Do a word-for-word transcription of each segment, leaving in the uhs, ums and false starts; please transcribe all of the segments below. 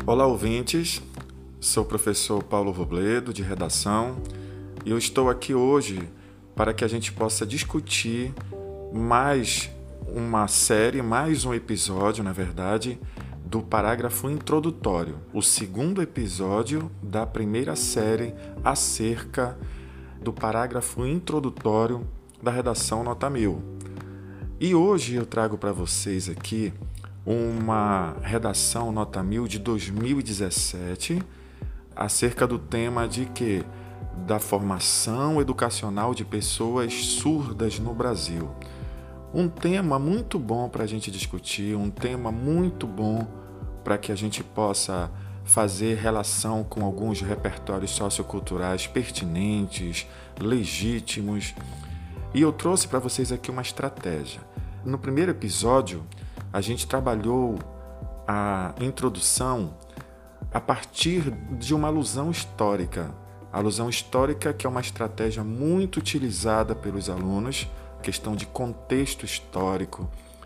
Olá, ouvintes. Sou o professor Paulo Robledo, de Redação, e eu estou aqui hoje para que a gente possa discutir mais uma série, mais um episódio, na verdade, do parágrafo introdutório, o segundo episódio da primeira série acerca do parágrafo introdutório da redação Nota Mil. E hoje eu trago para vocês aqui uma redação Nota Mil de dois mil e dezessete acerca do tema de que? Da formação educacional de pessoas surdas no Brasil. Um tema muito bom para a gente discutir, um tema muito bom para que a gente possa fazer relação com alguns repertórios socioculturais pertinentes, legítimos. E eu trouxe para vocês aqui uma estratégia. No primeiro episódio, a gente trabalhou a introdução a partir de uma alusão histórica. A alusão histórica que é uma estratégia muito utilizada pelos alunos, questão de contexto histórico.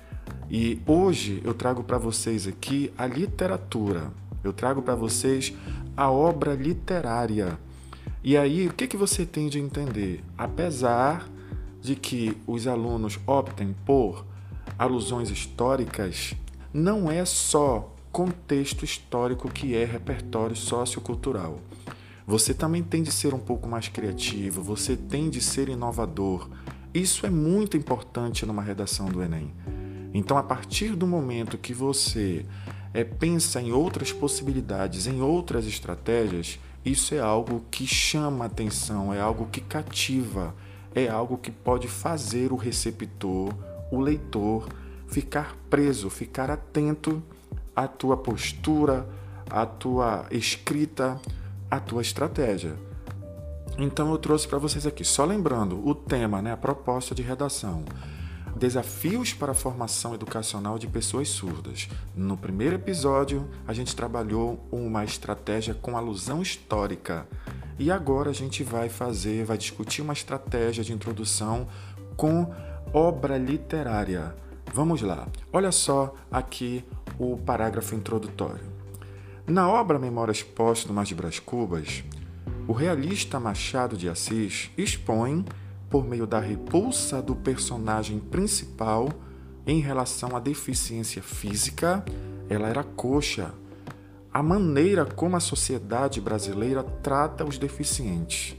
E hoje eu trago para vocês aqui a literatura. Eu trago para vocês a obra literária. E aí, o que, que você tem de entender? Apesar de que os alunos optem por alusões históricas, não é só contexto histórico que é repertório sociocultural. Você também tem de ser um pouco mais criativo, você tem de ser inovador. Isso é muito importante numa redação do Enem. Então, a partir do momento que você é, pensa em outras possibilidades, em outras estratégias, isso é algo que chama atenção, é algo que cativa, é algo que pode fazer o receptor, o leitor, ficar preso, ficar atento à tua postura, à tua escrita, à tua estratégia. Então eu trouxe para vocês aqui, só lembrando o tema, né, a proposta de redação. Desafios para a formação educacional de pessoas surdas. No primeiro episódio, a gente trabalhou uma estratégia com alusão histórica. E agora a gente vai fazer, vai discutir uma estratégia de introdução com obra literária. Vamos lá. Olha só aqui o parágrafo introdutório. Na obra Memórias Póstumas de Brás Cubas, o realista Machado de Assis expõe, por meio da repulsa do personagem principal em relação à deficiência física, ela era coxa, a maneira como a sociedade brasileira trata os deficientes.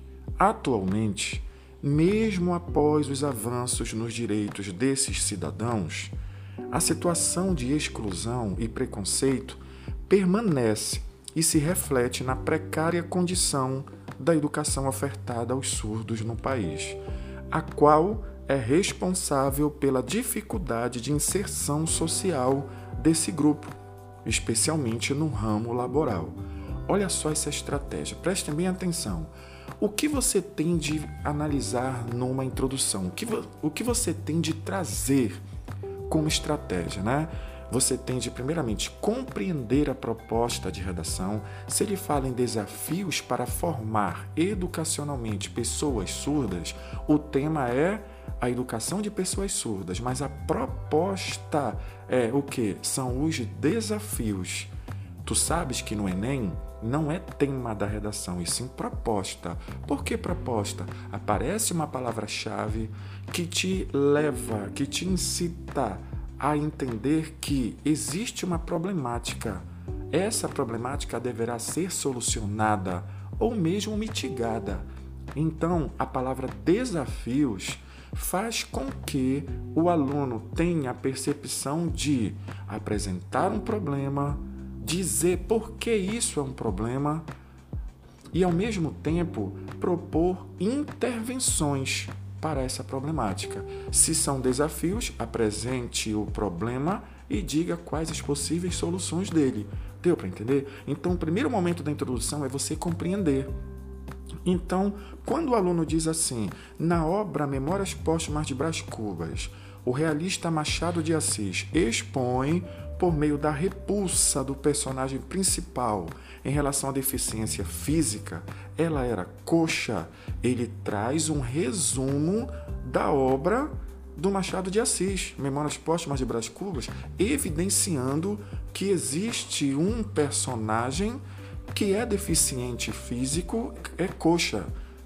Atualmente, mesmo após os avanços nos direitos desses cidadãos, a situação de exclusão e preconceito permanece e se reflete na precária condição da educação ofertada aos surdos no país, a qual é responsável pela dificuldade de inserção social desse grupo, especialmente no ramo laboral. Olha só essa estratégia, prestem bem atenção. O que você tem de analisar numa introdução? O que, o que você tem de trazer como estratégia, né? Você tem de, primeiramente, compreender a proposta de redação. Se ele fala em desafios para formar educacionalmente pessoas surdas, o tema é a educação de pessoas surdas, mas a proposta é o quê? São os desafios. Tu sabes que no Enem não é tema da redação, e sim proposta. Por que proposta? Aparece uma palavra-chave que te leva, que te incita a entender que existe uma problemática. Essa problemática deverá ser solucionada ou mesmo mitigada. Então, a palavra desafios faz com que o aluno tenha a percepção de apresentar um problema, dizer por que isso é um problema e, ao mesmo tempo, propor intervenções para essa problemática. Se são desafios, apresente o problema e diga quais as possíveis soluções dele. Deu para entender? Então, o primeiro momento da introdução é você compreender. Então, quando o aluno diz assim, na obra Memórias Póstumas de Brás Cubas, o realista Machado de Assis expõe, por meio da repulsa do personagem principal em relação à deficiência física, ela era coxa, ele traz um resumo da obra do Machado de Assis, Memórias Póstumas de Brás Cubas, evidenciando que existe um personagem que é deficiente físico, é coxa.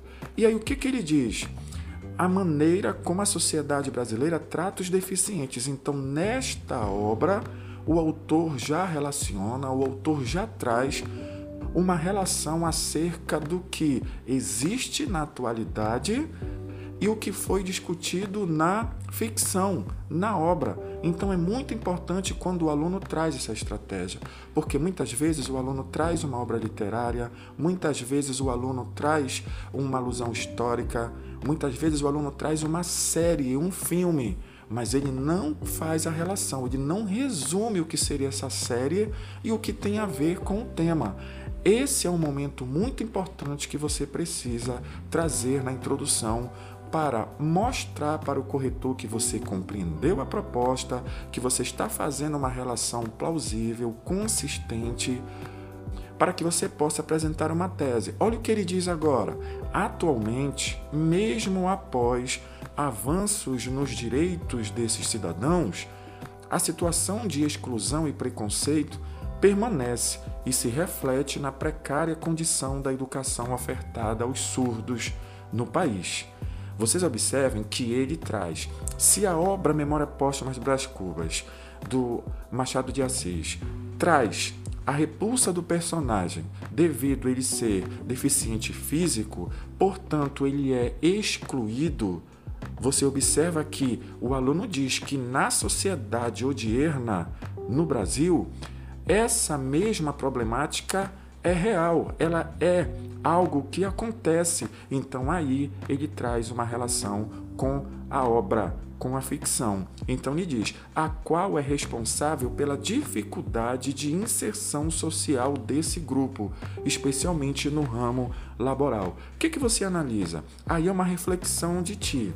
E aí o que, que ele diz? A maneira como a sociedade brasileira trata os deficientes. Então, nesta obra, o autor já relaciona, o autor já traz uma relação acerca do que existe na atualidade e o que foi discutido na ficção, na obra. Então é muito importante quando o aluno traz essa estratégia, porque muitas vezes o aluno traz uma obra literária, muitas vezes o aluno traz uma alusão histórica, muitas vezes o aluno traz uma série, um filme, mas ele não faz a relação, ele não resume o que seria essa série e o que tem a ver com o tema. Esse é um momento muito importante que você precisa trazer na introdução para mostrar para o corretor que você compreendeu a proposta, que você está fazendo uma relação plausível, consistente, para que você possa apresentar uma tese. Olha o que ele diz agora. Atualmente, mesmo após avanços nos direitos desses cidadãos, a situação de exclusão e preconceito permanece e se reflete na precária condição da educação ofertada aos surdos no país. Vocês observem que ele traz, se a obra Memória Póstuma de Brás Cubas, do Machado de Assis, traz a repulsa do personagem devido a ele ser deficiente físico, portanto ele é excluído. Você observa que o aluno diz que na sociedade odierna, no Brasil, essa mesma problemática é real, ela é algo que acontece. Então aí ele traz uma relação com a obra, com a ficção. Então ele diz, a qual é responsável pela dificuldade de inserção social desse grupo, especialmente no ramo laboral. O que, que você analisa? Aí é uma reflexão de ti.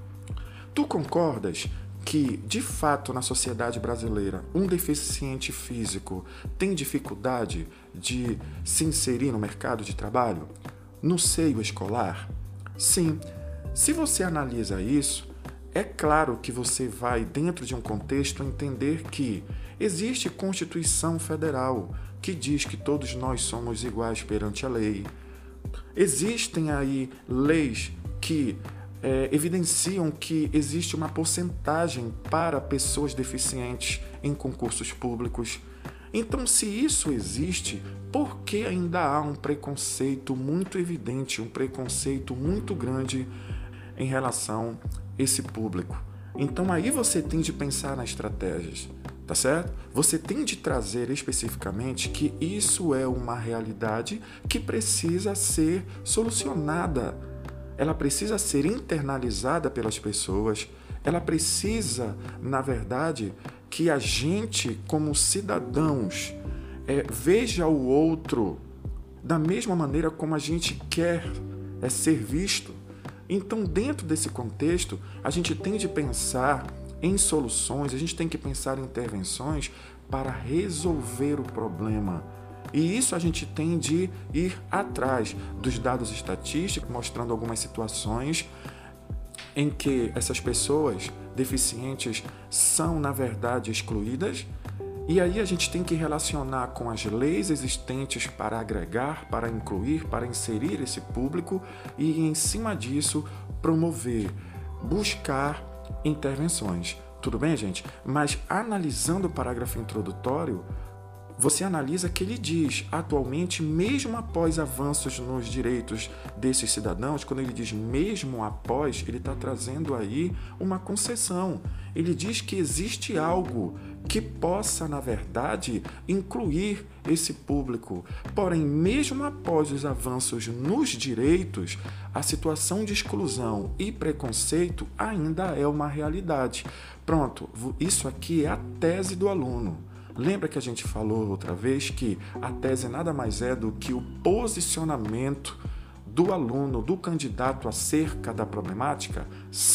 Tu concordas que, de fato, na sociedade brasileira, um deficiente físico tem dificuldade de se inserir no mercado de trabalho? No seio escolar? Sim. Se você analisa isso, é claro que você vai, dentro de um contexto, entender que existe Constituição Federal, que diz que todos nós somos iguais perante a lei. Existem aí leis que É, evidenciam que existe uma porcentagem para pessoas deficientes em concursos públicos. Então, se isso existe, por que ainda há um preconceito muito evidente, um preconceito muito grande em relação a esse público? Então, aí você tem de pensar nas estratégias, tá certo? Você tem de trazer especificamente que isso é uma realidade que precisa ser solucionada. Ela precisa ser internalizada pelas pessoas, ela precisa, na verdade, que a gente, como cidadãos, é, veja o outro da mesma maneira como a gente quer é, ser visto. Então, dentro desse contexto, a gente tem de pensar em soluções, a gente tem que pensar em intervenções para resolver o problema. E isso a gente tem de ir atrás dos dados estatísticos, mostrando algumas situações em que essas pessoas deficientes são, na verdade, excluídas. E aí a gente tem que relacionar com as leis existentes para agregar, para incluir, para inserir esse público e, em cima disso, promover, buscar intervenções. Tudo bem, gente? Mas analisando o parágrafo introdutório, você analisa que ele diz, atualmente, mesmo após avanços nos direitos desses cidadãos, quando ele diz mesmo após, ele está trazendo aí uma concessão. Ele diz que existe algo que possa, na verdade, incluir esse público. Porém, mesmo após os avanços nos direitos, a situação de exclusão e preconceito ainda é uma realidade. Pronto, isso aqui é a tese do aluno. Lembra que a gente falou outra vez que a tese nada mais é do que o posicionamento do aluno, do candidato acerca da problemática? Sim,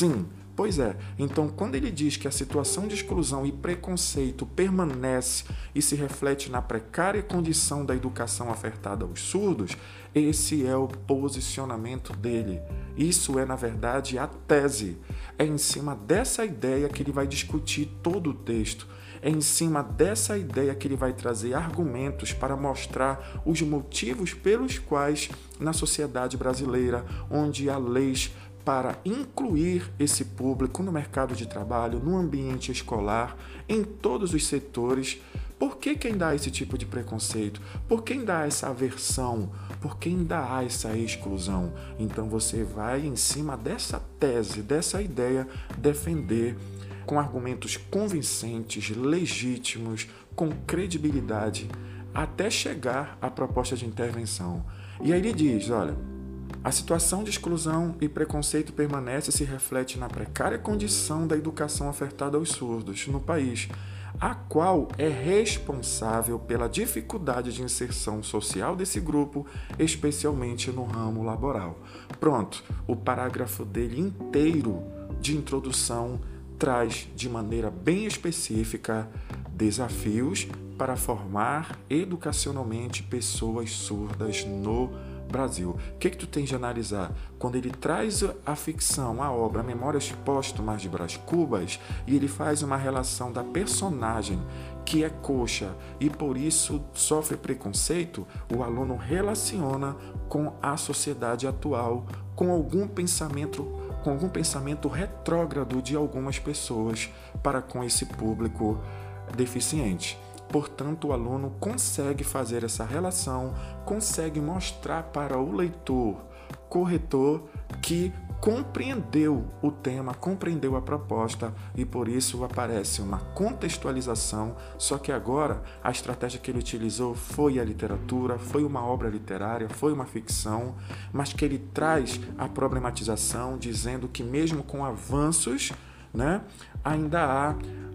Pois é, então quando ele diz que a situação de exclusão e preconceito permanece e se reflete na precária condição da educação ofertada aos surdos, esse é o posicionamento dele. Isso é, na verdade, a tese. É em cima dessa ideia que ele vai discutir todo o texto. É em cima dessa ideia que ele vai trazer argumentos para mostrar os motivos pelos quais, na sociedade brasileira, onde há leis para incluir esse público no mercado de trabalho, no ambiente escolar, em todos os setores, por que que ainda há esse tipo de preconceito? Por que ainda há essa aversão? Por que ainda há essa exclusão? Então você vai, em cima dessa tese, dessa ideia, defender com argumentos convincentes, legítimos, com credibilidade, até chegar à proposta de intervenção. E aí ele diz, olha, a situação de exclusão e preconceito permanece e se reflete na precária condição da educação ofertada aos surdos no país, a qual é responsável pela dificuldade de inserção social desse grupo, especialmente no ramo laboral. Pronto, o parágrafo dele inteiro de introdução traz de maneira bem específica desafios para formar educacionalmente pessoas surdas no Brasil. O que, que tu tens de analisar? Quando ele traz a ficção, a obra Memórias Póstumas de Brás Cubas, e ele faz uma relação da personagem que é coxa e por isso sofre preconceito, o aluno relaciona com a sociedade atual, com algum pensamento, com algum pensamento retrógrado de algumas pessoas para com esse público deficiente. Portanto, o aluno consegue fazer essa relação, consegue mostrar para o leitor, corretor, que compreendeu o tema, compreendeu a proposta e por isso aparece uma contextualização, só que agora a estratégia que ele utilizou foi a literatura, foi uma obra literária, foi uma ficção, mas que ele traz a problematização dizendo que mesmo com avanços, né, ainda há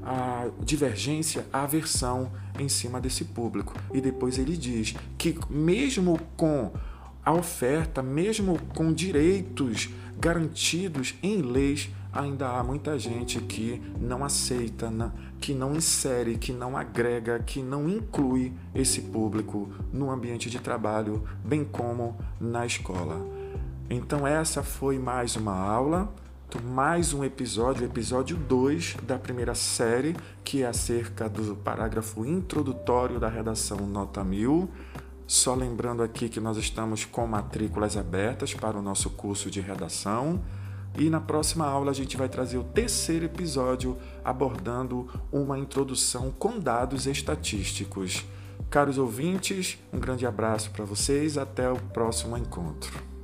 a divergência, a aversão em cima desse público. E depois ele diz que mesmo com a oferta, mesmo com direitos garantidos em leis, ainda há muita gente que não aceita, que não insere, que não agrega, que não inclui esse público no ambiente de trabalho, bem como na escola. Então essa foi mais uma aula, mais um episódio, episódio dois da primeira série, que é acerca do parágrafo introdutório da redação nota mil. Só lembrando aqui que nós estamos com matrículas abertas para o nosso curso de redação. E na próxima aula a gente vai trazer o terceiro episódio, abordando uma introdução com dados estatísticos. Caros ouvintes, um grande abraço para vocês, até o próximo encontro.